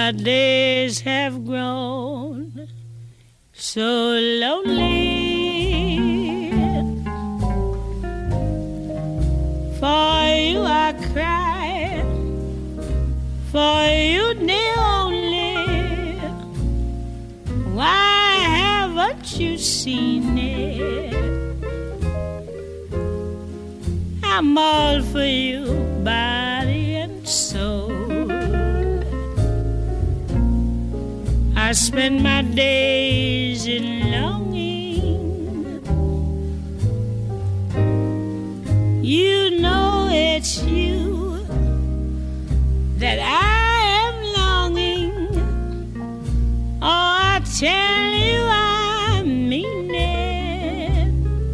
my days have grown so lonely. For you I cry, for you the only. Why haven't you seen it? I'm all for you, body and soul. I spend my days in longing. You know it's you that I am longing. Oh, I tell you I mean it.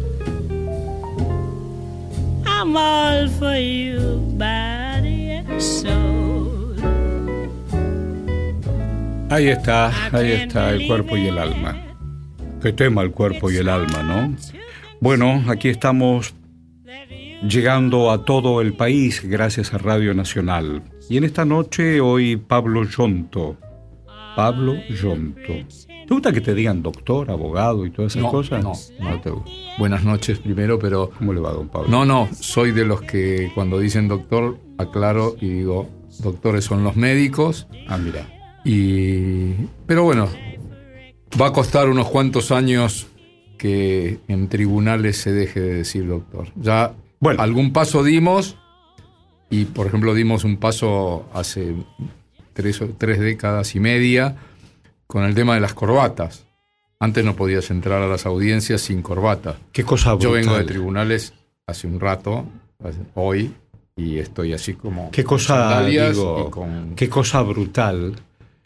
I'm all for you, body and soul. Ahí está el cuerpo y el alma. Qué tema el cuerpo y el alma, ¿no? Bueno, aquí estamos llegando a todo el país gracias a Radio Nacional. Y en esta noche, hoy, Pablo Yonto. Pablo Yonto. ¿Te gusta que te digan doctor, abogado y todas esas cosas? No te gusta. Buenas noches primero, pero... ¿Cómo le va, don Pablo? No, soy de los que cuando dicen doctor, aclaro y digo, doctores son los médicos. Ah, mira. Pero bueno, va a costar unos cuantos años que en tribunales se deje de decir doctor. Ya algún paso dimos, y por ejemplo dimos un paso hace 3 décadas y media con el tema de las corbatas. Antes no podías entrar a las audiencias sin corbata. Qué cosa brutal. Yo vengo de tribunales hace un rato, hoy, y estoy así como... Qué cosa, digo, qué cosa brutal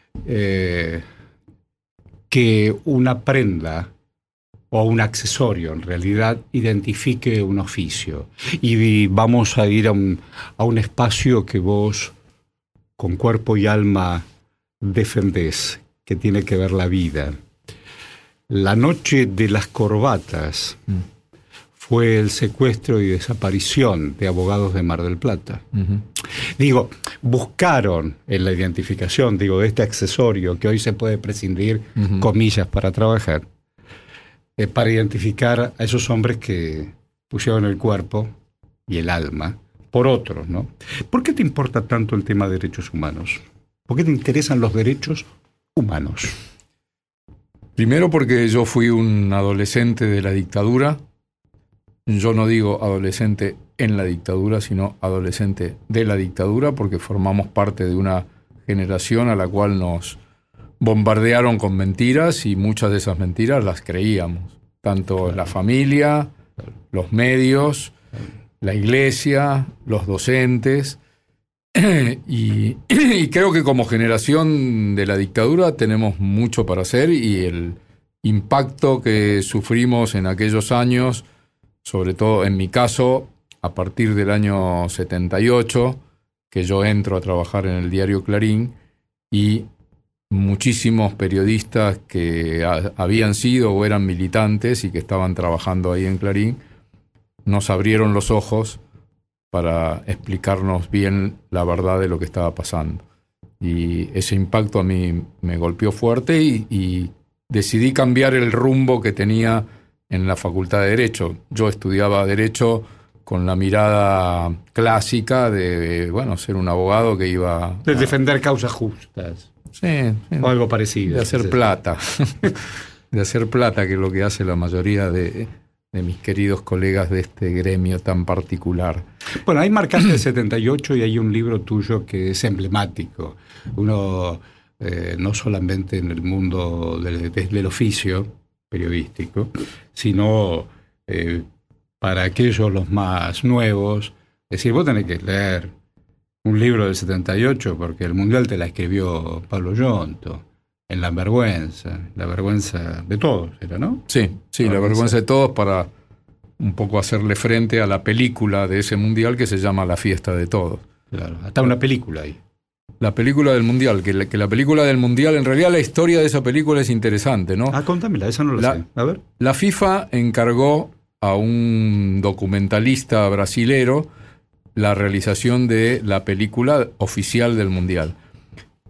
que una prenda o un accesorio en realidad identifique un oficio. Y vamos a ir a un espacio que vos con cuerpo y alma defendés, que tiene que ver la vida. La noche de las corbatas fue el secuestro y desaparición de abogados de Mar del Plata. Uh-huh. Digo, buscaron en la identificación, de este accesorio que hoy se puede prescindir, uh-huh, comillas, para trabajar, para identificar a esos hombres que pusieron el cuerpo y el alma por otros, ¿no? ¿Por qué te importa tanto el tema de derechos humanos? ¿Por qué te interesan los derechos humanos? Primero porque yo fui un adolescente de la dictadura. Yo no digo adolescente en la dictadura, sino adolescente de la dictadura, porque formamos parte de una generación a la cual nos bombardearon con mentiras, y muchas de esas mentiras las creíamos. Tanto la familia, los medios, la iglesia, los docentes. Y creo que como generación de la dictadura tenemos mucho para hacer, y el impacto que sufrimos en aquellos años, sobre todo en mi caso, a partir del año 78, que yo entro a trabajar en el diario Clarín, y muchísimos periodistas que habían sido o eran militantes y que estaban trabajando ahí en Clarín, nos abrieron los ojos para explicarnos bien la verdad de lo que estaba pasando. Y ese impacto a mí me golpeó fuerte, y decidí cambiar el rumbo que tenía en la Facultad de Derecho. Yo estudiaba Derecho con la mirada clásica de, ser un abogado que iba... De defender causas justas. Sí. O algo parecido. De hacer plata. De hacer plata, que es lo que hace la mayoría de mis queridos colegas de este gremio tan particular. Bueno, ahí marcaste el 78 y hay un libro tuyo que es emblemático. Uno, no solamente en el mundo del oficio periodístico, sino para aquellos los más nuevos. Es decir, vos tenés que leer un libro del 78 porque el Mundial te la escribió Pablo Yonto. En La vergüenza de todos, ¿era, no? Sí, la vergüenza de todos, para un poco hacerle frente a la película de ese mundial que se llama La fiesta de todos. Claro, hasta una película ahí. La película del mundial, que la película del mundial, en realidad la historia de esa película es interesante, ¿no? Ah, contámela, esa no la sé. A ver. La FIFA encargó a un documentalista brasilero la realización de la película oficial del mundial.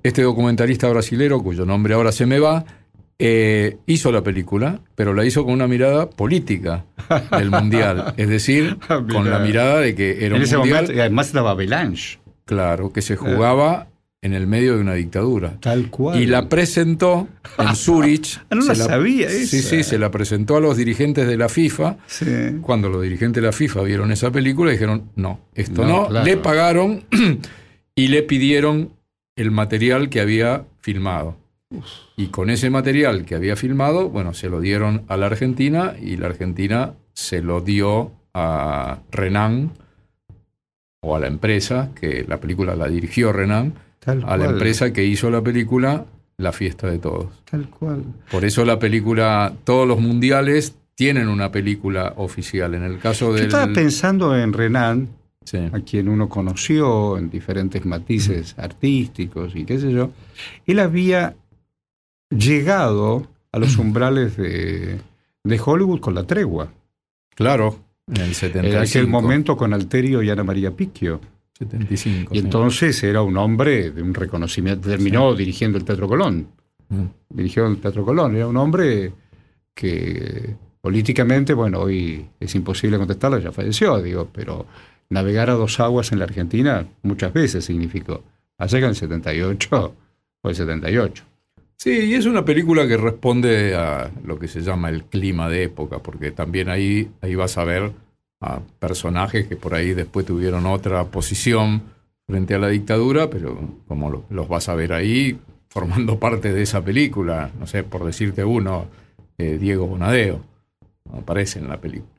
este documentalista brasilero, cuyo nombre ahora se me va, hizo la película, pero la hizo con una mirada política del Mundial. Es decir, con la mirada de que era un ese Mundial... momento, y además estaba Belange. Claro, que se jugaba en el medio de una dictadura. Tal cual. Y la presentó en Zúrich. No la sabía esa. Sí, se la presentó a los dirigentes de la FIFA. Sí. Cuando los dirigentes de la FIFA vieron esa película, dijeron, no, esto no. Claro. Le pagaron y le pidieron el material que había filmado. Y con ese material que había filmado, bueno, se lo dieron a la Argentina y la Argentina se lo dio a Renan, o a la empresa, que la película la dirigió Renan, Tal a cual. la empresa que hizo la película La Fiesta de Todos. Tal cual. Por eso la película, todos los mundiales tienen una película oficial. En el caso Yo del... estaba pensando en Renan, Sí. a quien uno conoció en diferentes matices artísticos y qué sé yo. Él había llegado a los umbrales de Hollywood con La Tregua. Claro, en el 75. En aquel momento con Alterio y Ana María Picchio. 75. Y sí. entonces era un hombre de un reconocimiento. Terminó dirigiendo el Teatro Colón. Dirigió el Teatro Colón. Era un hombre que políticamente, bueno, hoy es imposible contestarlo, ya falleció, digo, pero navegar a dos aguas en la Argentina muchas veces significó. Allá que en el 78 fue el 78. Sí, y es una película que responde a lo que se llama el clima de época, porque también ahí vas a ver a personajes que por ahí después tuvieron otra posición frente a la dictadura, pero como los vas a ver ahí formando parte de esa película, no sé, por decirte uno, Diego Bonadeo, no aparece en la película.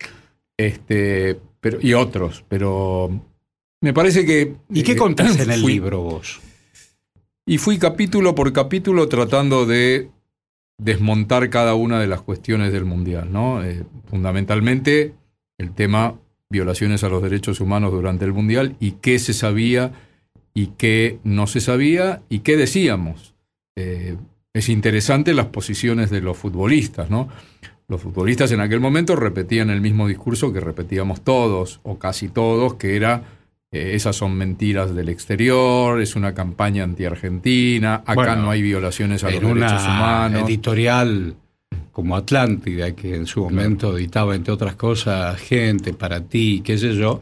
Y otros, pero me parece que... ¿Y qué contás en el fui- libro vos? Y fui capítulo por capítulo tratando de desmontar cada una de las cuestiones del Mundial, ¿no? Fundamentalmente el tema violaciones a los derechos humanos durante el Mundial y qué se sabía y qué no se sabía y qué decíamos. Es interesante las posiciones de los futbolistas, ¿no? Los futbolistas en aquel momento repetían el mismo discurso que repetíamos todos, o casi todos, que era esas son mentiras del exterior, es una campaña anti-argentina, acá Bueno, no hay violaciones a los En derechos una humanos. editorial como Atlántida, que en su momento editaba, entre otras cosas, Gente, Para Ti, qué sé yo,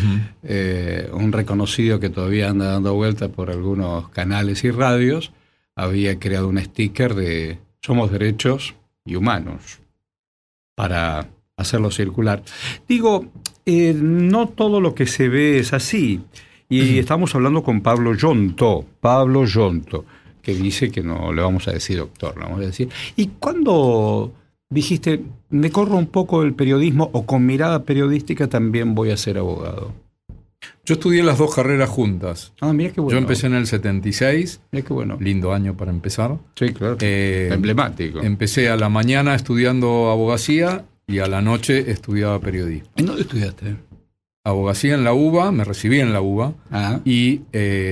un reconocido que todavía anda dando vueltas por algunos canales y radios, había creado un sticker de Somos Derechos y Humanos para hacerlo circular. Digo, no todo lo que se ve es así. Y estamos hablando con Pablo Yonto, que dice que no le vamos a decir doctor, le vamos a decir. ¿Y cuándo dijiste, me corro un poco del periodismo o con mirada periodística también voy a ser abogado? Yo estudié las dos carreras juntas. Ah, mira qué bueno. Yo empecé en el 76, Mira qué bueno. lindo año para empezar. Sí, claro. Emblemático. Empecé a la mañana estudiando abogacía y a la noche estudiaba periodismo. ¿En dónde estudiaste? Abogacía en la UBA, me recibí en la UBA, y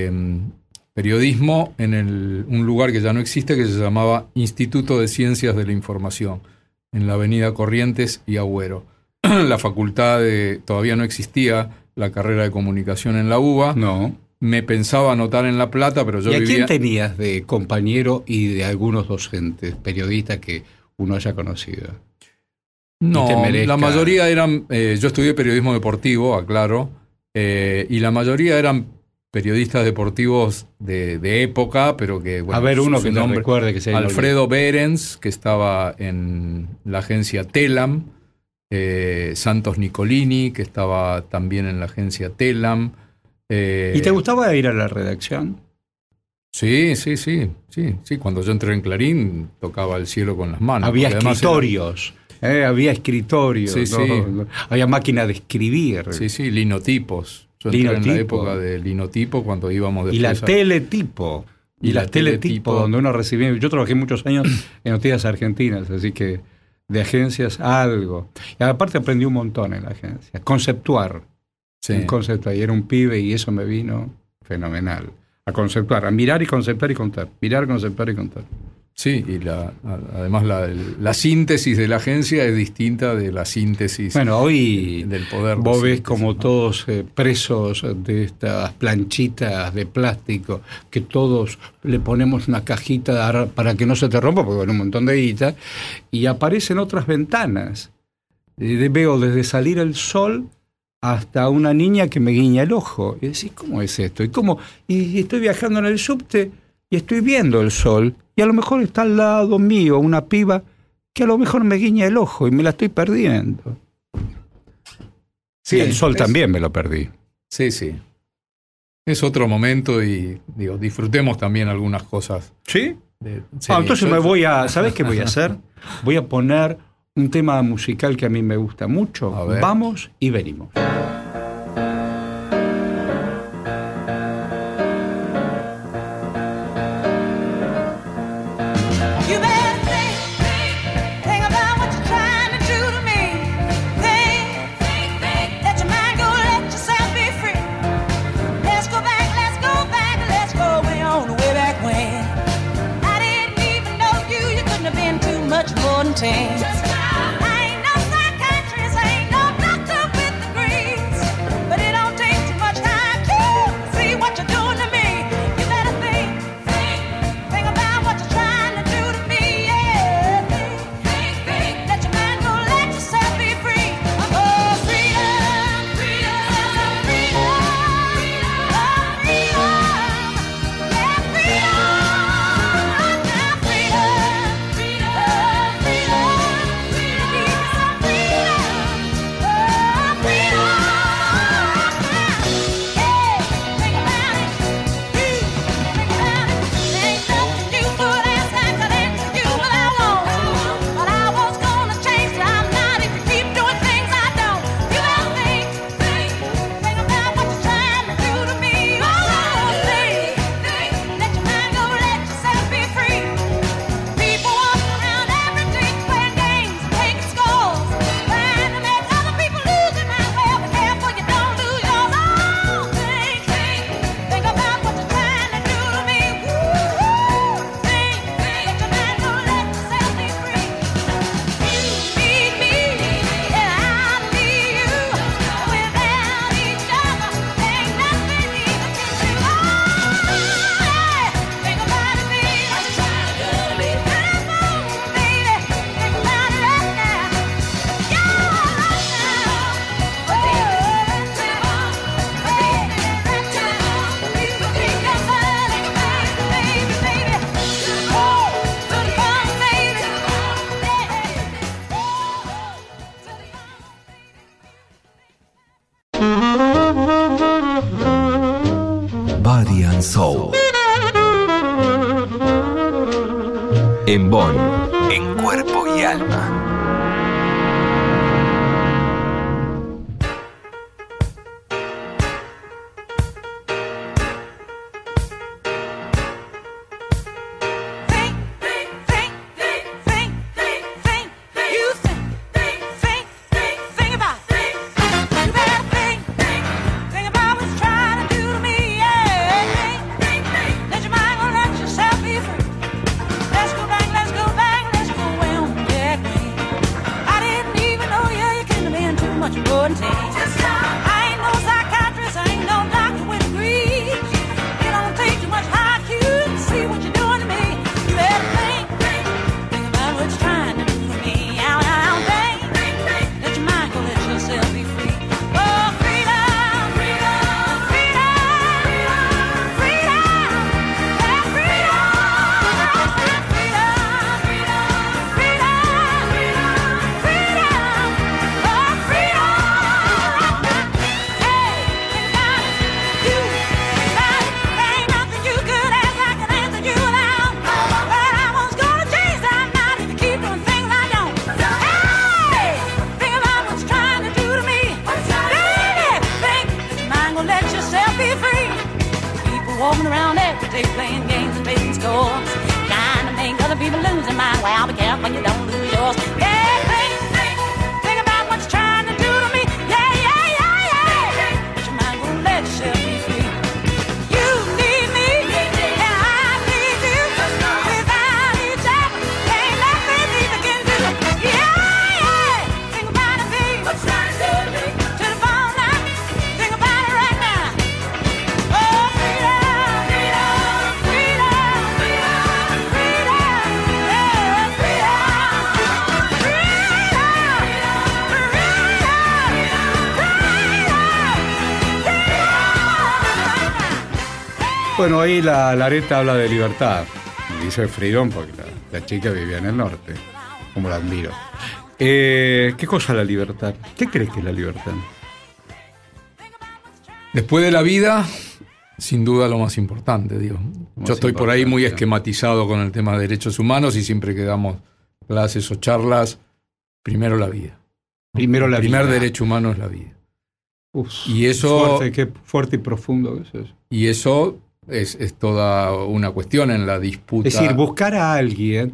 periodismo en un lugar que ya no existe, que se llamaba Instituto de Ciencias de la Información, en la avenida Corrientes y Agüero. La facultad todavía no existía la carrera de comunicación en la UBA. No. Me pensaba anotar en La Plata, pero yo ¿Y a vivía... quién tenías de compañero y de algunos docentes, periodistas que uno haya conocido? No, te merezca. la mayoría eran... yo estudié periodismo deportivo, aclaro, y la mayoría eran periodistas deportivos de época, pero que... Bueno, a ver, uno su que te nombre, recuerde que sea Alfredo Berens, que estaba en la agencia Telam, Santos Nicolini, que estaba también en la agencia Telam. ¿Y te gustaba ir a la redacción? Sí. Cuando yo entré en Clarín, tocaba el cielo con las manos. Había porque además escritorios. Había escritorios. Sí, ¿no? sí. Había máquina de escribir. Sí, linotipos. Yo entré en la época de linotipo cuando íbamos después y la teletipo. Y las teletipo, donde uno recibía... Yo trabajé muchos años en Noticias Argentinas, así que de agencias algo. Y aparte aprendí un montón en la agencia. Conceptuar. Sí. Conceptuar. Y era un pibe y eso me vino fenomenal. A conceptuar, a mirar y conceptuar y contar. Mirar, conceptuar y contar. Sí, y además la síntesis de la agencia es distinta de la síntesis hoy del poder. Vos ves como todos presos de estas planchitas de plástico, que todos le ponemos una cajita para que no se te rompa, porque vale un montón de guita, y aparecen otras ventanas. Veo desde salir el sol hasta una niña que me guiña el ojo. Y decís, ¿cómo es esto? Y estoy viajando en el subte y estoy viendo el sol, y a lo mejor está al lado mío una piba que a lo mejor me guiña el ojo y me la estoy perdiendo. Sí, y el sol también me lo perdí. Sí, sí. Es otro momento y disfrutemos también algunas cosas. ¿Sí? Entonces ¿sabes qué voy a hacer? Voy a poner un tema musical que a mí me gusta mucho. Vamos y venimos. Just I ain't no psychiatrist, I ain't no doctor with degrees, but it don't take too much time to see what you're doing to me. You better think about what you're trying to do to me. Yeah, think, let your mind go, let yourself be free. Oh, freedom, freedom, freedom, oh, freedom, yeah, freedom. Body and Soul. En Bonn, en Cuerpo y Alma. Walking around every day playing games and making scores, trying to make other people lose their mind. Well, be careful you don't lose yours. Yeah, think about what you're trying to do to me. Yeah, yeah, yeah, yeah. But your mind won't let yourself be free. You need me, and I need you. Without each Bueno, ahí la Areta habla de libertad. Me dice freedom porque la chica vivía en el norte. Como la admiro. ¿Qué cosa es la libertad? ¿Qué crees que es la libertad? Después de la vida, sin duda lo más importante, digo. Yo estoy por ahí muy esquematizado con el tema de derechos humanos y siempre que damos clases o charlas, primero la vida. Primero la vida. El primer derecho humano es la vida. Uf, Y eso, qué fuerte y profundo que es eso. y eso es toda una cuestión en la disputa. Es decir, buscar a alguien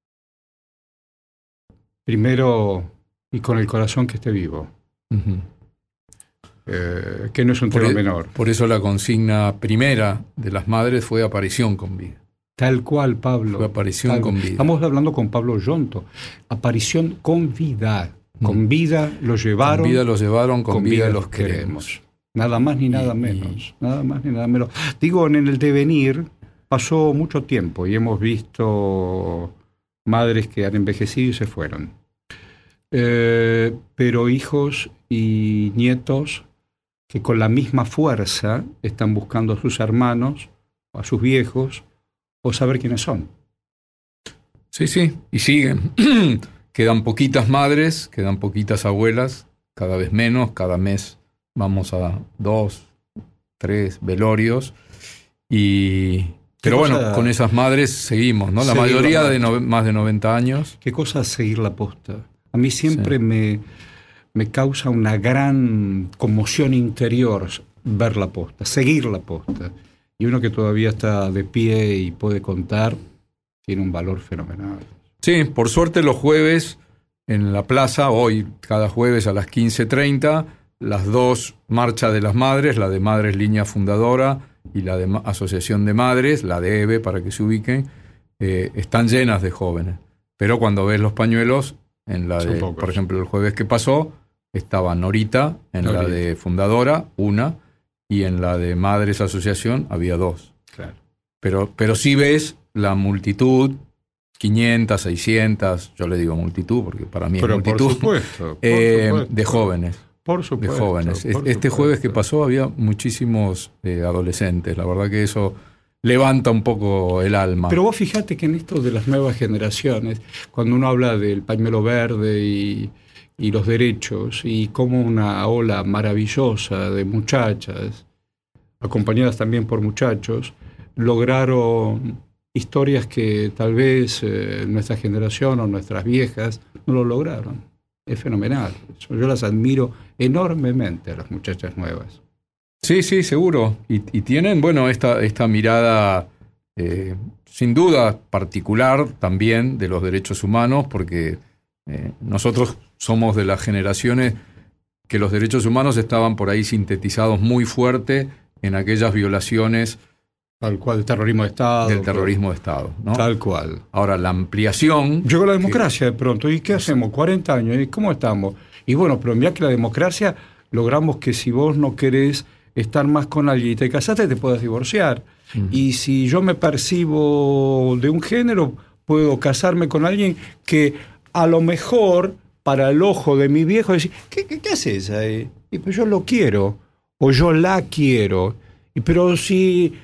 primero y con el corazón que esté vivo. Ujú. Que no es un tema menor. Por eso la consigna primera de las madres fue aparición con vida. Tal cual, Pablo. Fue aparición con vida. Estamos hablando con Pablo Yonto. Aparición con vida. Con vida lo llevaron. Con vida los llevaron, con vida los queremos. Nada más ni nada menos. Nada más ni nada menos. Digo, en el devenir pasó mucho tiempo y hemos visto madres que han envejecido y se fueron. Pero hijos y nietos que con la misma fuerza están buscando a sus hermanos, o a sus viejos, o saber quiénes son. Sí, sí, y siguen. Quedan poquitas madres, quedan poquitas abuelas, cada vez menos, cada mes vamos a 2, 3 velorios. Pero bueno, con esas madres seguimos, ¿no? La mayoría de más de 90 años. ¿Qué cosa es seguir la posta? A mí siempre me causa una gran conmoción interior ver la posta, seguir la posta. Y uno que todavía está de pie y puede contar, tiene un valor fenomenal. Sí, por suerte los jueves en la plaza, hoy cada jueves a las 15:30, las dos marchas de las madres, la de Madres Línea Fundadora y la de Asociación de Madres, la de EVE para que se ubiquen, están llenas de jóvenes. Pero cuando ves los pañuelos, en la de, por ejemplo, el jueves que pasó, estaba Norita, la de Fundadora, una, y en la de Madres Asociación había 2. Claro. Pero sí ves la multitud, 500, 600, yo le digo multitud porque para mí es multitud, por supuesto, de jóvenes. Por supuesto. De jóvenes. Este jueves que pasó había muchísimos adolescentes. La verdad que eso levanta un poco el alma. Pero vos fijate que en esto de las nuevas generaciones, cuando uno habla del pañuelo verde y los derechos, y como una ola maravillosa de muchachas, acompañadas también por muchachos, lograron historias que tal vez nuestra generación o nuestras viejas no lo lograron. Es fenomenal. Yo las admiro enormemente a las muchachas nuevas. Sí, sí, seguro. Y tienen, bueno, esta mirada sin duda particular también de los derechos humanos, porque nosotros somos de las generaciones que los derechos humanos estaban por ahí sintetizados muy fuerte en aquellas violaciones. Tal cual, del terrorismo de Estado. Del terrorismo de Estado, ¿no? Tal cual. Ahora, la ampliación... Llegó la democracia de pronto. ¿Y qué hacemos? 40 años. ¿Y cómo estamos? Y bueno, pero mirá que la democracia logramos que si vos no querés estar más con alguien y te casaste, te puedas divorciar. Y si yo me percibo de un género, puedo casarme con alguien que a lo mejor, para el ojo de mi viejo, decir, ¿qué haces ahí? Y pues yo lo quiero, o yo la quiero. Pero si...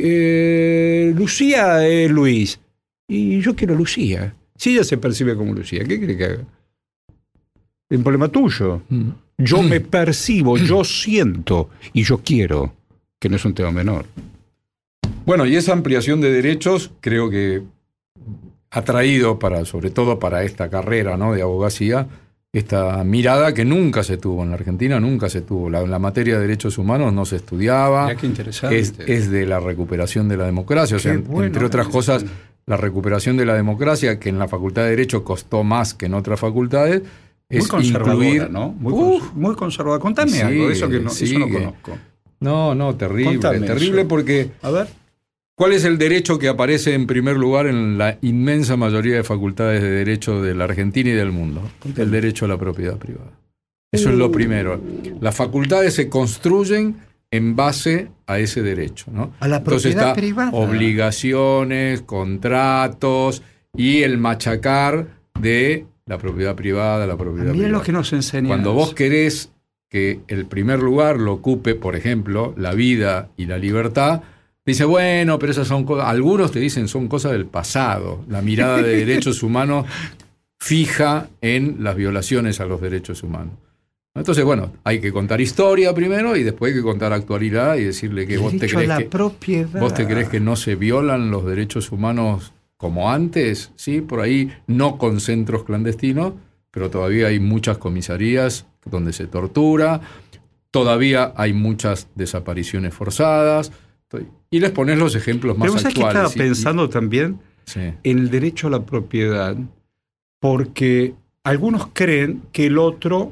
Lucía es Luis y yo quiero Lucía. Si ella se percibe como Lucía, ¿qué quiere que haga? Es un problema tuyo. Yo me percibo, yo siento y yo quiero, que no es un tema menor. Bueno, y esa ampliación de derechos creo que ha traído, sobre todo para esta carrera, ¿no?, de abogacía, esta mirada que nunca se tuvo en la Argentina, nunca se tuvo. La materia de derechos humanos no se estudiaba. Mirá qué interesante. Es de la recuperación de la democracia. O sea, entre otras cosas, la recuperación de la democracia, que en la Facultad de Derecho costó más que en otras facultades, es muy conservadora, incluir... ¿no? Muy conservadora. Contame algo de eso que eso no conozco. No, terrible. Contame terrible eso. Porque... A ver. ¿Cuál es el derecho que aparece en primer lugar en la inmensa mayoría de facultades de derecho de la Argentina y del mundo? El derecho a la propiedad privada. Eso es lo primero. Las facultades se construyen en base a ese derecho, ¿no? A la propiedad privada. Obligaciones, contratos y el machacar de la propiedad privada, la propiedad privada. Miren lo que nos enseñan. Cuando vos querés que el primer lugar lo ocupe, por ejemplo, la vida y la libertad, Dice, bueno, pero esas son cosas, algunos te dicen son cosas del pasado. La mirada de derechos humanos fija en las violaciones a los derechos humanos. Entonces, bueno, hay que contar historia primero y después hay que contar actualidad y decirle que vos te crees que no se violan los derechos humanos como antes, ¿sí? Por ahí no con centros clandestinos, pero todavía hay muchas comisarías donde se tortura, todavía hay muchas desapariciones forzadas. Y les pones los ejemplos más actuales. Pero ¿sabes qué estaba pensando también? Sí. En el derecho a la propiedad, porque algunos creen que el otro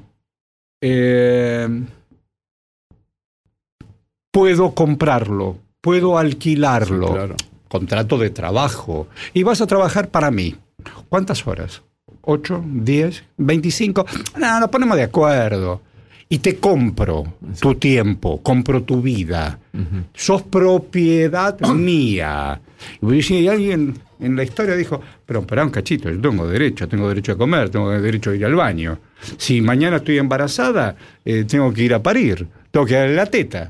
puedo comprarlo, puedo alquilarlo, Sí, claro. Contrato de trabajo, y vas a trabajar para mí. ¿Cuántas horas? ¿8, 10, 25? No, nos ponemos de acuerdo. Y te compro tu tiempo, compro tu vida. Uh-huh. Sos propiedad mía. Y alguien en la historia dijo, pero espera un cachito, yo tengo derecho a comer, tengo derecho a ir al baño. Si mañana estoy embarazada, tengo que ir a parir, tengo que darle la teta.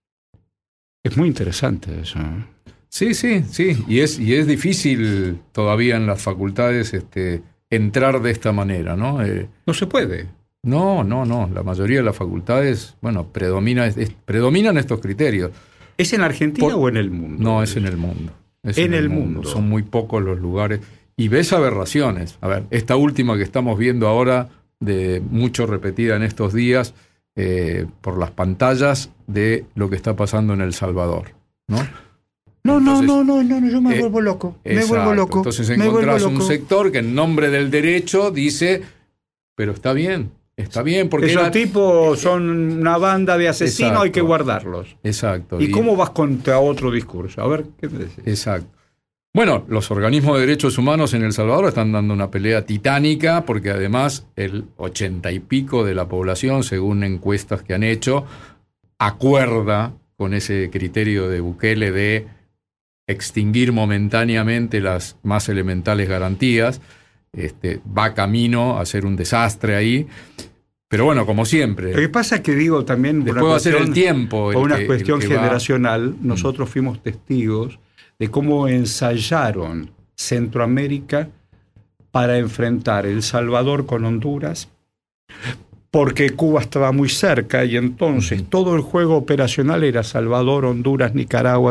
Es muy interesante eso. Sí. Y es difícil todavía en las facultades entrar de esta manera, ¿no? No se puede. No. La mayoría de las facultades, bueno, predominan estos criterios. ¿Es en Argentina o en el mundo? No, es en el mundo. Es en el mundo. Son muy pocos los lugares. Y ves aberraciones. A ver, esta última que estamos viendo ahora, de mucho repetida en estos días, por las pantallas de lo que está pasando en El Salvador, ¿no? No, yo me vuelvo loco. Exacto. Me vuelvo loco. Entonces encontrás un sector que en nombre del derecho dice, pero está bien, porque esos tipos son una banda de asesinos, Exacto. hay que guardarlos. Exacto. ¿Y cómo vas contra otro discurso? A ver, ¿qué te decís? Exacto. Bueno, los organismos de derechos humanos en El Salvador están dando una pelea titánica porque además el 80 y pico de la población, según encuestas que han hecho, acuerda con ese criterio de Bukele de extinguir momentáneamente las más elementales garantías. Va camino a ser un desastre ahí. Pero bueno, como siempre. Lo que pasa es que digo también... Después va a ser el tiempo. Por una cuestión el que generacional, nosotros fuimos testigos de cómo ensayaron Centroamérica para enfrentar El Salvador con Honduras, porque Cuba estaba muy cerca y entonces todo el juego operacional era Salvador, Honduras, Nicaragua,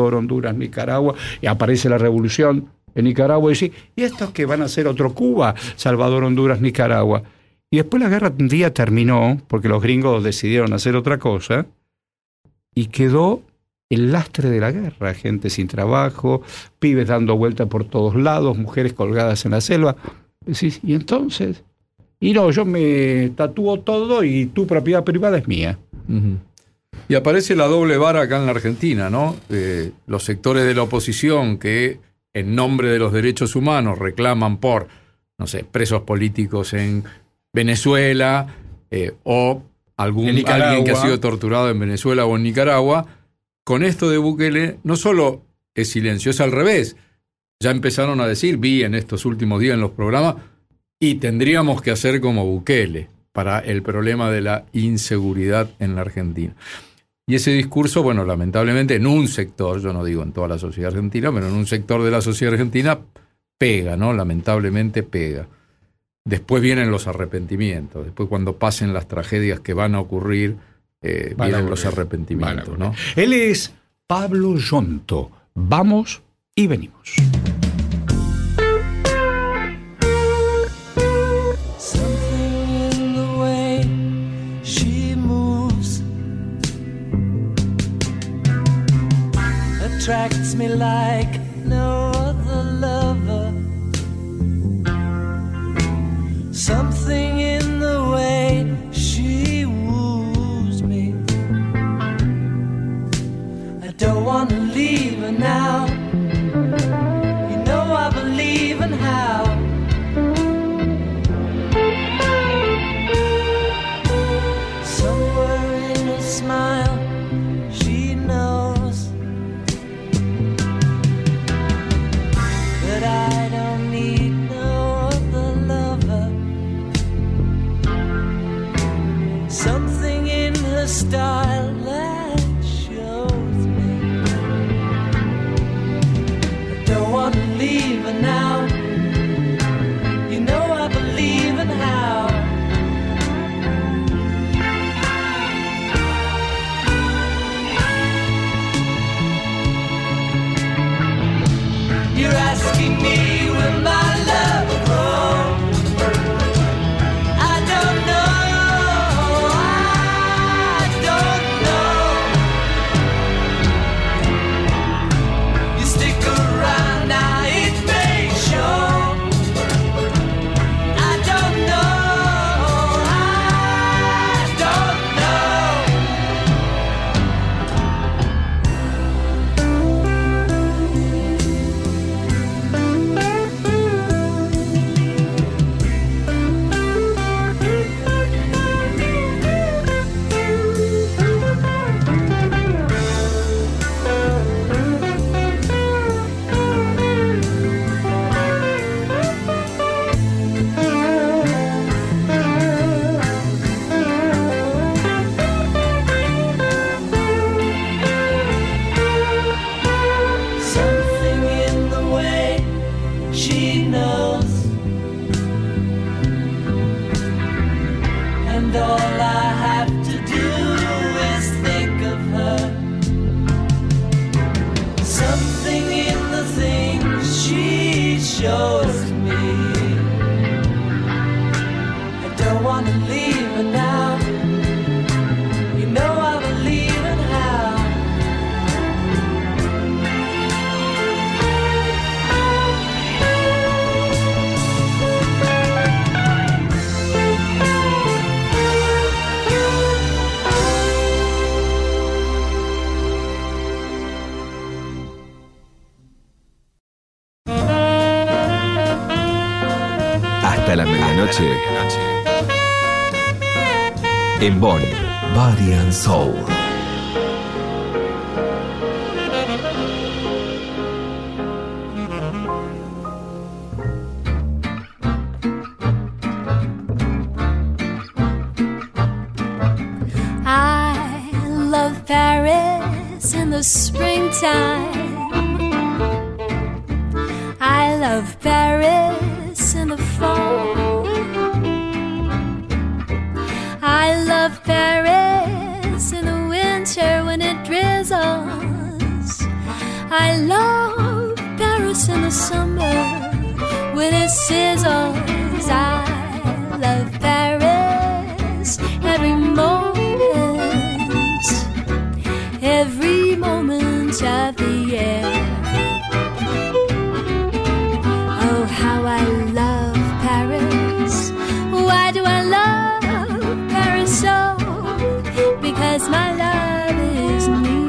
y aparece la revolución en Nicaragua y dice, ¿y estos que van a hacer otro Cuba? Salvador, Honduras, Nicaragua. Y después la guerra un día terminó, porque los gringos decidieron hacer otra cosa, y quedó el lastre de la guerra, gente sin trabajo, pibes dando vueltas por todos lados, mujeres colgadas en la selva. Y entonces, y no, yo me tatúo todo y tu propiedad privada es mía. Uh-huh. Y aparece la doble vara acá en la Argentina, ¿no? Los sectores de la oposición que en nombre de los derechos humanos reclaman por, no sé, presos políticos en Venezuela o alguien que ha sido torturado en Venezuela o en Nicaragua. Con esto de Bukele no solo es silencio, es al revés. Ya empezaron a decir, vi en estos últimos días en los programas, y tendríamos que hacer como Bukele para el problema de la inseguridad en la Argentina. Y ese discurso, bueno, lamentablemente en un sector, yo no digo en toda la sociedad argentina, pero en un sector de la sociedad argentina pega, ¿no? Lamentablemente pega. Después vienen los arrepentimientos, después cuando pasen las tragedias que van a ocurrir, vienen los arrepentimientos, ¿no? Él es Pablo Yonto. Vamos y venimos. Attracts me like no other lover. Something in the way she woos me. I don't want to leave her now. You know I believe in how. Somewhere in her smile, she knows that I don't need no other lover. Something in her style that shows me medianoche. En Bonn, Body and Soul. I love Paris in the springtime. I love Paris in the fall. I love Paris in the winter when it drizzles. I love Paris in the summer when it sizzles. I love Paris every moment of the year. Oh, how I love Paris. Why do I love Paris so? Because my love is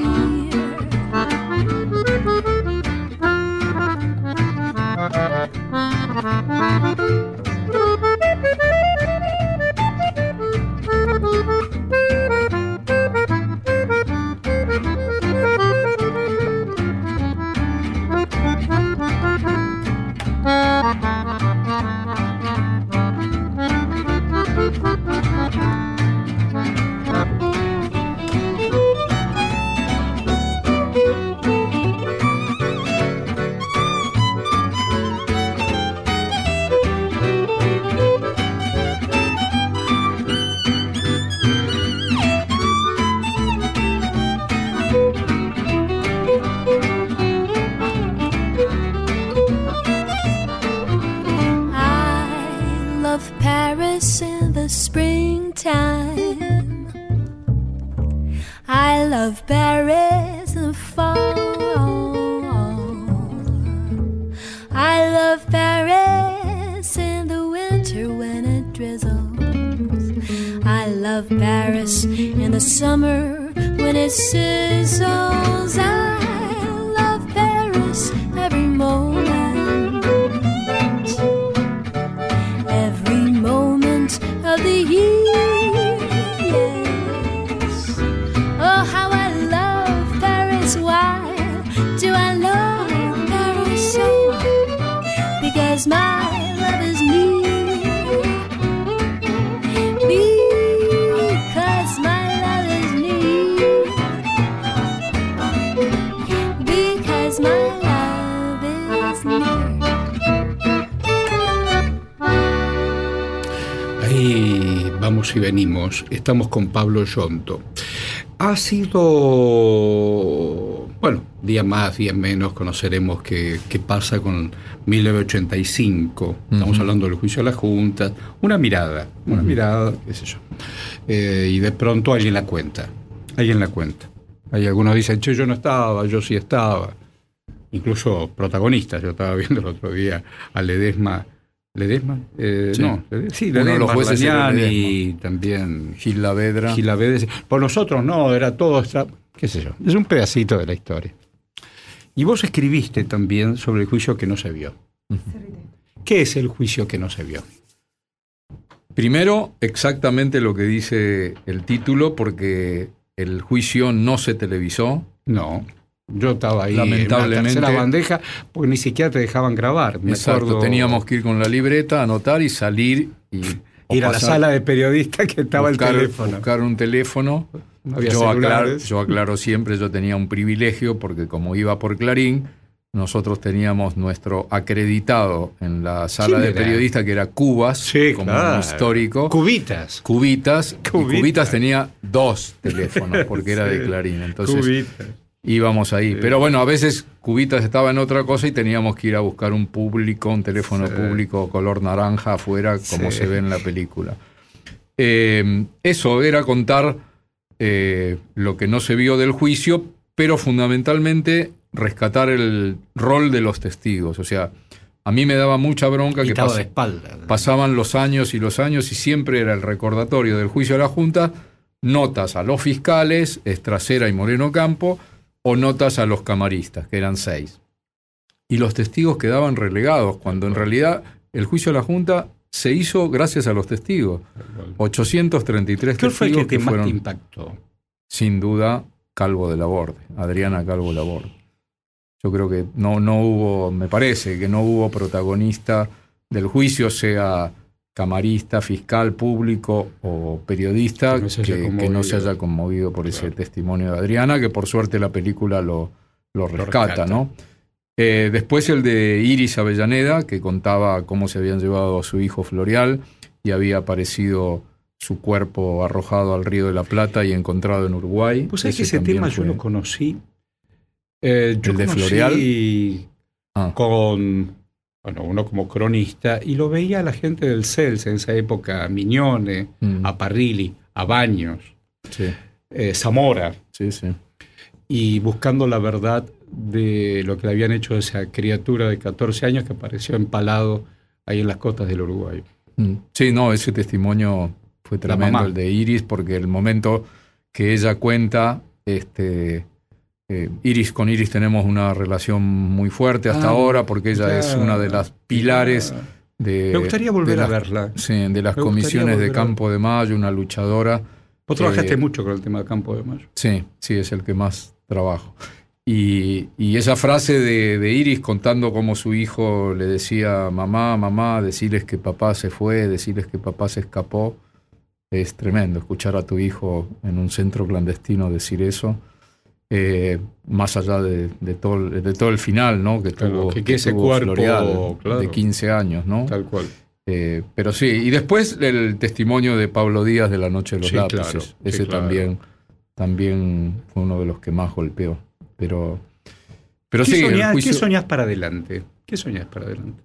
springtime. I love Paris in the fall. I love Paris in the winter when it drizzles. I love Paris in the summer when it sizzles. I love Paris every moment. Every moment of the year, yes. Oh, how I love Paris. Why do I love Paris so? Because my love is near. Because my love is near. Because my love is near. Ahí vamos y venimos. Estamos con Pablo Yonto. Ha sido, bueno, día más, día menos, conoceremos qué pasa con 1985. Estamos hablando del juicio de la Junta. Una mirada, qué sé yo. Y de pronto alguien la cuenta. Hay algunos dicen, che, yo no estaba, yo sí estaba. Incluso protagonistas. Yo estaba viendo el otro día a Ledesma. ¿Ledesma? Sí. No, sí, Ledesma, uno de los jueces y también Gil Lavedra. Por nosotros no, era todo, qué sé yo, es un pedacito de la historia. Y vos escribiste también sobre el juicio que no se vio. ¿Qué es el juicio que no se vio? Primero, exactamente lo que dice el título, porque el juicio no se televisó. No. Yo estaba ahí lamentablemente, en la tercera bandeja porque ni siquiera te dejaban grabar. Exacto, teníamos que ir con la libreta, anotar y salir y ir a la sala de periodistas que estaba el teléfono. Buscar un teléfono. No había yo aclaro siempre, yo tenía un privilegio porque como iba por Clarín, nosotros teníamos nuestro acreditado en la sala de periodistas, que era Cubas, sí, como claro. Un histórico. Cubitas. Y Cubitas tenía 2 teléfonos porque era de Clarín. Entonces Cubitas. Íbamos ahí. Pero bueno, a veces Cubitas estaba en otra cosa y teníamos que ir a buscar un teléfono público color naranja afuera, como se ve en la película. Eso era contar lo que no se vio del juicio, pero fundamentalmente rescatar el rol de los testigos. O sea, a mí me daba mucha bronca que de espalda. Pasaban los años y siempre era el recordatorio del juicio de la Junta, notas a los fiscales, Estracera y Moreno Campo, o notas a los camaristas, que eran 6. Y los testigos quedaban relegados, cuando en realidad el juicio de la Junta se hizo gracias a los testigos. 833 ¿Qué fue el testigos que más te fueron, impactó? sin duda, Calvo de Laborde, Adriana Calvo Laborde. Yo creo que no hubo, me parece que no hubo protagonista del juicio, sea camarista, fiscal, público o periodista, que no se haya conmovido por ese testimonio de Adriana, que por suerte la película lo rescata, ¿no? Después el de Iris Avellaneda, que contaba cómo se habían llevado a su hijo Florial y había aparecido su cuerpo arrojado al Río de la Plata y encontrado en Uruguay. Pues es que ese tema yo lo conocí. Yo ¿El de Florial? Con, bueno, uno como cronista, y lo veía a la gente del CELS en esa época, a Miñone, a Parrilli, a Baños, Zamora, y buscando la verdad de lo que le habían hecho a esa criatura de 14 años que apareció empalado ahí en las costas del Uruguay. Sí, no, ese testimonio fue tremendo, el de Iris, porque el momento que ella cuenta, con Iris tenemos una relación muy fuerte hasta ahora, porque ella es una de las pilares de... Me gustaría volver a verla. Sí, de las comisiones de Campo de Mayo, una luchadora. Vos trabajaste mucho con el tema de Campo de Mayo. Sí, es el que más trabajo. Y esa frase de Iris contando cómo su hijo le decía, mamá, decirles que papá se fue, decirles que papá se escapó, es tremendo. Escuchar a tu hijo en un centro clandestino decir eso, más allá de todo el final, ¿no? Que tuvo ese cuerpo Florial, de 15 años, ¿no? Tal cual. Pero sí, y después el testimonio de Pablo Díaz de la Noche de los Lápices. Ese también fue uno de los que más golpeó. Pero sí, ¿Qué soñás para adelante? ¿Qué soñás para adelante?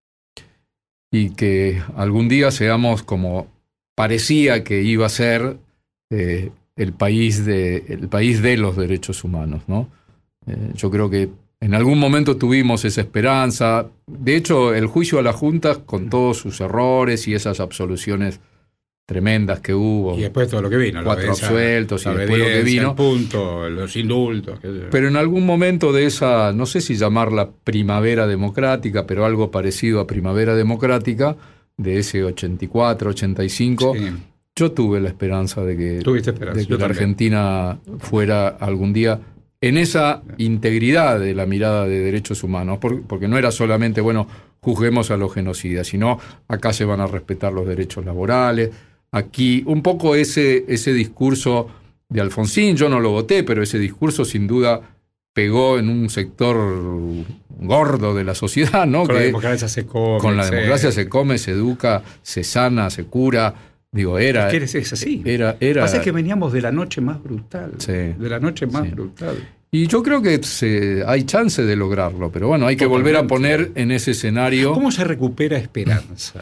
Y que algún día seamos como parecía que iba a ser el país de los derechos humanos, ¿no? Yo creo que en algún momento tuvimos esa esperanza. De hecho, el juicio a la Junta, con todos sus errores y esas absoluciones tremendas que hubo. Y después todo lo que vino. 4 absueltos y después lo que vino. El punto, los indultos. Pero en algún momento de esa, no sé si llamarla primavera democrática, pero algo parecido a primavera democrática, de ese 84, 85, yo tuve la esperanza de que la Argentina fuera algún día en esa integridad de la mirada de derechos humanos, porque no era solamente, bueno, juzguemos a los genocidas, sino acá se van a respetar los derechos laborales. Aquí, un poco ese discurso de Alfonsín, yo no lo voté, pero ese discurso sin duda pegó en un sector gordo de la sociedad, ¿no? Con la democracia se come. Con la democracia se come, se educa, se sana, se cura. Digo, era... Es así. Pasa que veníamos de la noche más brutal. De la noche más brutal. Y yo creo que hay chance de lograrlo, pero bueno, hay que volver a poner en ese escenario... ¿Cómo se recupera esperanza?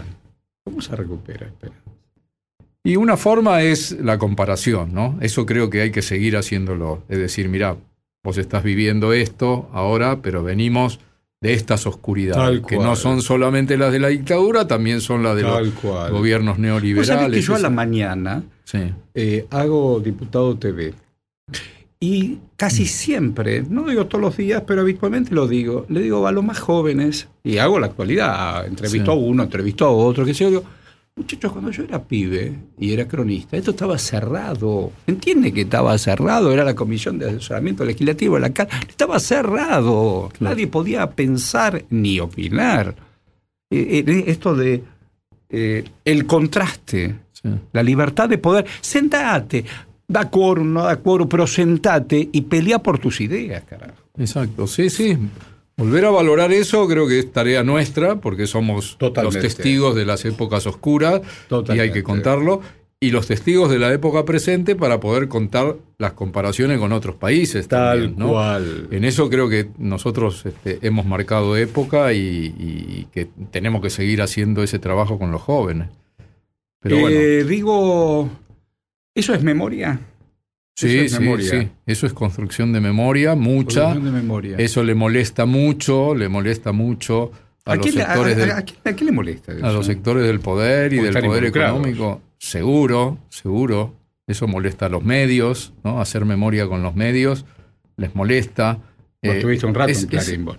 Y una forma es la comparación, ¿no? Eso creo que hay que seguir haciéndolo. Es decir, mirá, vos estás viviendo esto ahora, pero venimos de estas oscuridades, que no son solamente las de la dictadura, también son las de los gobiernos neoliberales. ¿Vos sabés que yo a la mañana hago Diputado TV? Y casi siempre, no digo todos los días, pero habitualmente le digo a los más jóvenes, y hago la actualidad, entrevisto a uno, entrevisto a otro, que sé yo, muchachos, cuando yo era pibe y era cronista, esto estaba cerrado. ¿Entiende que estaba cerrado? Era la Comisión de Asesoramiento Legislativo de la CAL. Estaba cerrado. Nadie podía pensar ni opinar. Esto de el contraste, la libertad de poder. Sentate, da quórum, no da quórum, pero sentate y pelea por tus ideas, carajo. Exacto, sí. Volver a valorar eso creo que es tarea nuestra, porque somos los testigos de las épocas oscuras y hay que contarlo, y los testigos de la época presente para poder contar las comparaciones con otros países. Tal cual. En eso creo que nosotros hemos marcado época y que tenemos que seguir haciendo ese trabajo con los jóvenes. Pero digo, ¿eso es memoria? Sí. Eso es construcción de memoria, mucha. Eso le molesta mucho a los sectores ¿A quién le molesta eso? A los sectores del poder y del poder económico. Seguro. Eso molesta a los medios, ¿no? Hacer memoria con los medios les molesta. Vos tuviste un rato en Clarín, vos, ¿no?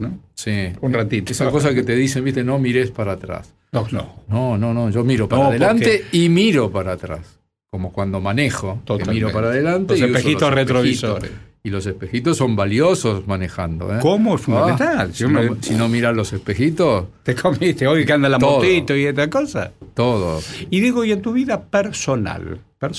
Sí. Un ratito. Esa cosa que te dicen, viste, no mires para atrás. No. No, yo miro para No, adelante y miro para atrás. Como cuando manejo, que Totalmente. miro para adelante. Los y uso espejitos los retrovisores. Y los espejitos son valiosos manejando. ¿Cómo? Es fundamental. Si no miras los espejitos, Te comiste hoy que anda la Todo. motito y esta cosa. todo. Y digo, y en tu vida personal,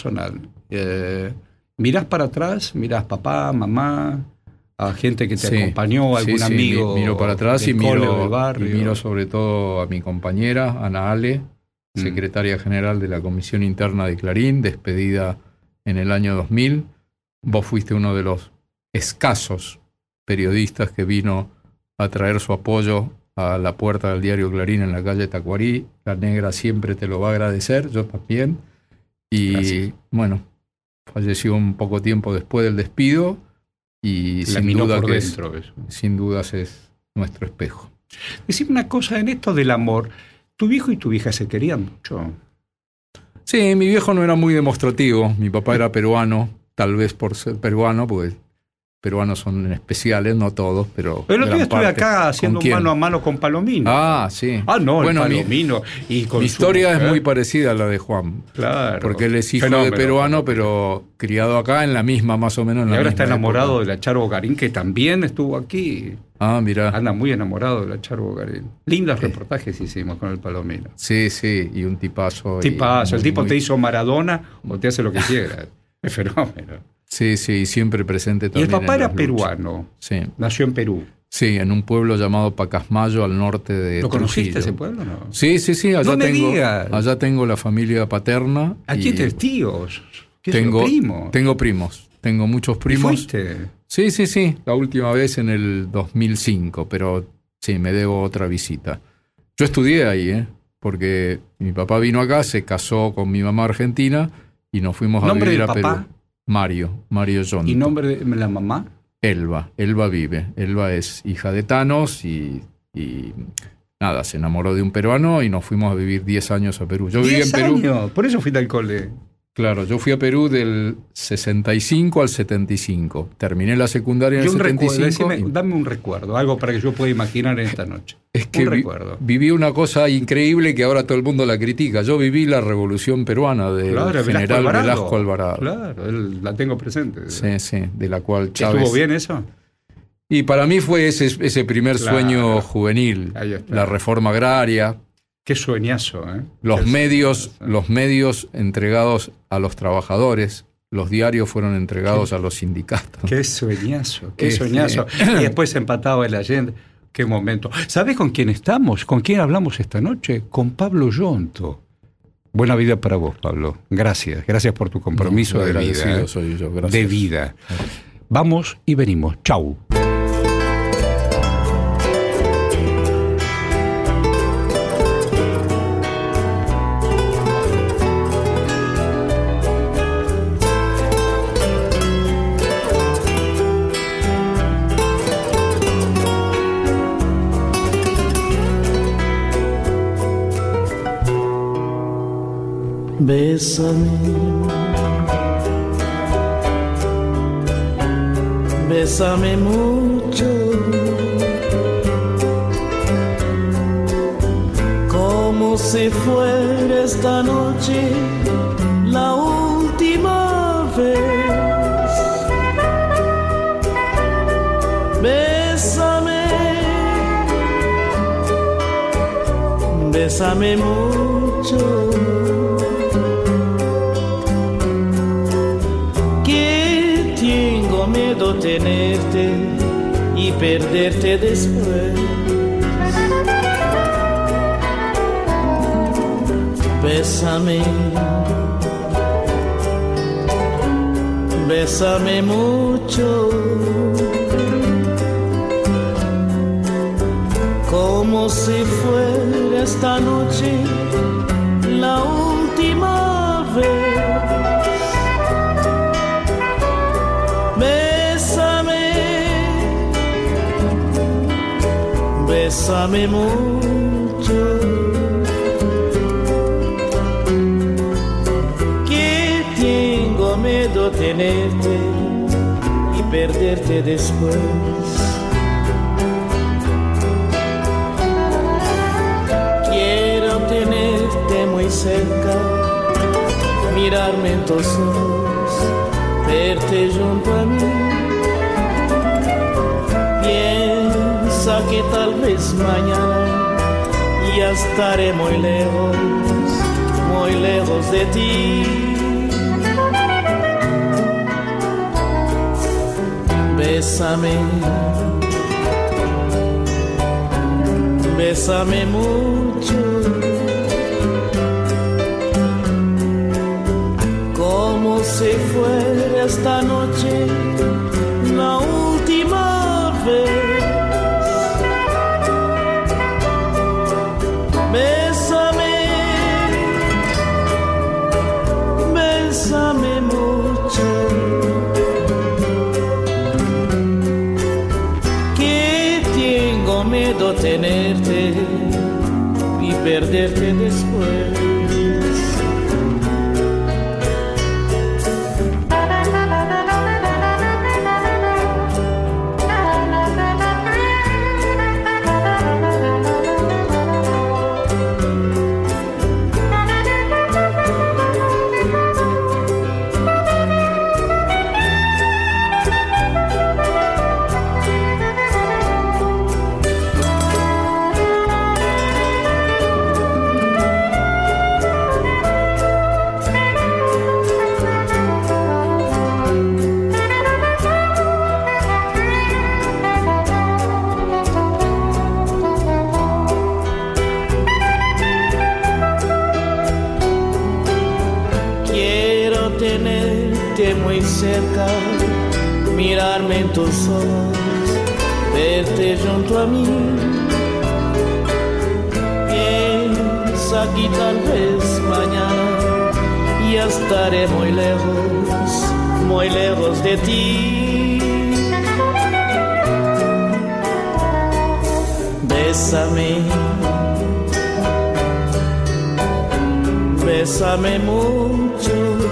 ¿mirás para atrás? ¿Mirás papá, mamá, a gente que te Sí, acompañó, algún sí, amigo? miro para atrás y del cole o miro, del barrio? y miro sobre todo a mi compañera, Ana Ale, secretaria general de la Comisión Interna de Clarín, despedida en el año 2000. Vos fuiste uno de los escasos periodistas que vino a traer su apoyo a la puerta del diario Clarín en la calle Tacuarí. La Negra siempre te lo va a agradecer, yo también. Y Gracias. bueno, falleció un poco tiempo después del despido y La miró por que dentro, eso. sin dudas es nuestro espejo. Decime una cosa, en esto del amor, ¿tu viejo y tu vieja se querían mucho? Sí, mi viejo no era muy demostrativo. Mi papá era peruano, tal vez por ser peruano, porque peruanos son especiales, no todos, pero El otro gran día estuve parte. acá haciendo ¿Con quién? mano a mano con Palomino. Ah, sí. No, bueno, el Palomino. Y con mi su historia es mujer. muy parecida a la de Juan. Claro. Porque él es hijo Fenómeno. de peruano, pero criado acá en la misma, más o menos en Y la ahora misma está enamorado época. de la Charo Garín, que también estuvo aquí. Ah, mirá. Anda muy enamorado de la Charo Garín. Lindos reportajes hicimos con el Palomino. Sí, y un tipazo. Tipazo. El tipo muy- te hizo Maradona o te hace lo que quiera. Es fenómeno. Sí, siempre presente Y también. el papá en era las luchas. peruano. Sí, Nació en Perú. sí, en un pueblo llamado Pacasmayo, al norte de ¿Lo conociste Trujillo. ese pueblo o no? Sí, allá No me tengo, digas. allá tengo la familia paterna. Aquí y tienes tíos. ¿Qué tengo primo? Tengo primos, tengo muchos ¿Y primos. fuiste? Sí, la última vez en el 2005, pero sí, me debo otra visita. Yo estudié ahí, porque mi papá vino acá, se casó con mi mamá argentina y nos fuimos a ¿Nombre vivir del a papá? Perú. Mario Yonto. ¿Y nombre de la mamá? Elba vive. Elba es hija de Thanos y nada, se enamoró de un peruano y nos fuimos a vivir 10 años a Perú. Yo viví en 10 Perú. años. Por eso fuiste al cole. Claro, yo fui a Perú del 65 al 75. Terminé la secundaria en Y el un recuerdo, 75. decime, dame un recuerdo, algo para que yo pueda imaginar en esta noche. Es que un recuerdo. viví una cosa increíble que ahora todo el mundo la critica. Yo viví la revolución peruana del Claro, general Velasco Alvarado. Claro, la tengo presente. Sí, de la cual Chávez... ¿Estuvo bien eso? Y para mí fue ese primer Claro. sueño juvenil, Ahí está. la reforma agraria, Qué sueñazo, ¿eh? los Qué medios sueñazo. entregados a los trabajadores, los diarios fueron entregados a los sindicatos. Qué sueñazo, qué Sí. sueñazo. Y después empatado el Allende. Qué momento. ¿Sabes con quién estamos? ¿Con quién hablamos esta noche? Con Pablo Yonto. Buena vida para vos, Pablo. Gracias. Gracias por tu compromiso No, de agradecido vida. soy yo, gracias. De vida. Vamos y venimos. Chau. Bésame mucho, como si fuera esta noche la última vez. Bésame mucho, que tengo miedo tenerte y perderte después. Bésame mucho, como si fuera esta noche la última vez. Bésame mucho, que tengo miedo tenerte y perderte después. cerca, mirarme en tus ojos, verte junto a mí. Piensa que tal vez mañana ya estaré muy lejos de ti. Bésame, bésame mucho, como si fuera esta noche la última vez. Bésame, bésame mucho, que tengo miedo tenerte y perderte después. Tenerte muy cerca, mirarme en tus ojos, verte junto a mí. Piensa que tal vez mañana ya estaré muy lejos de ti. Bésame, bésame mucho,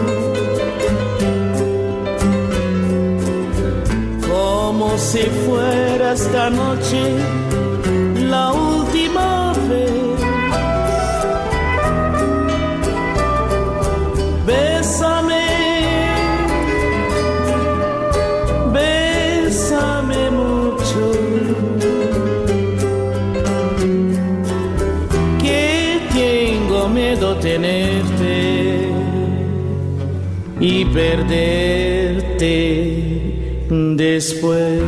como si fuera esta noche la última vez. Bésame, bésame mucho, que tengo miedo tenerte y perderte después.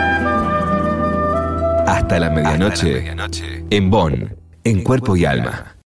Hasta la medianoche, en Bonn, en Cuerpo y Alma.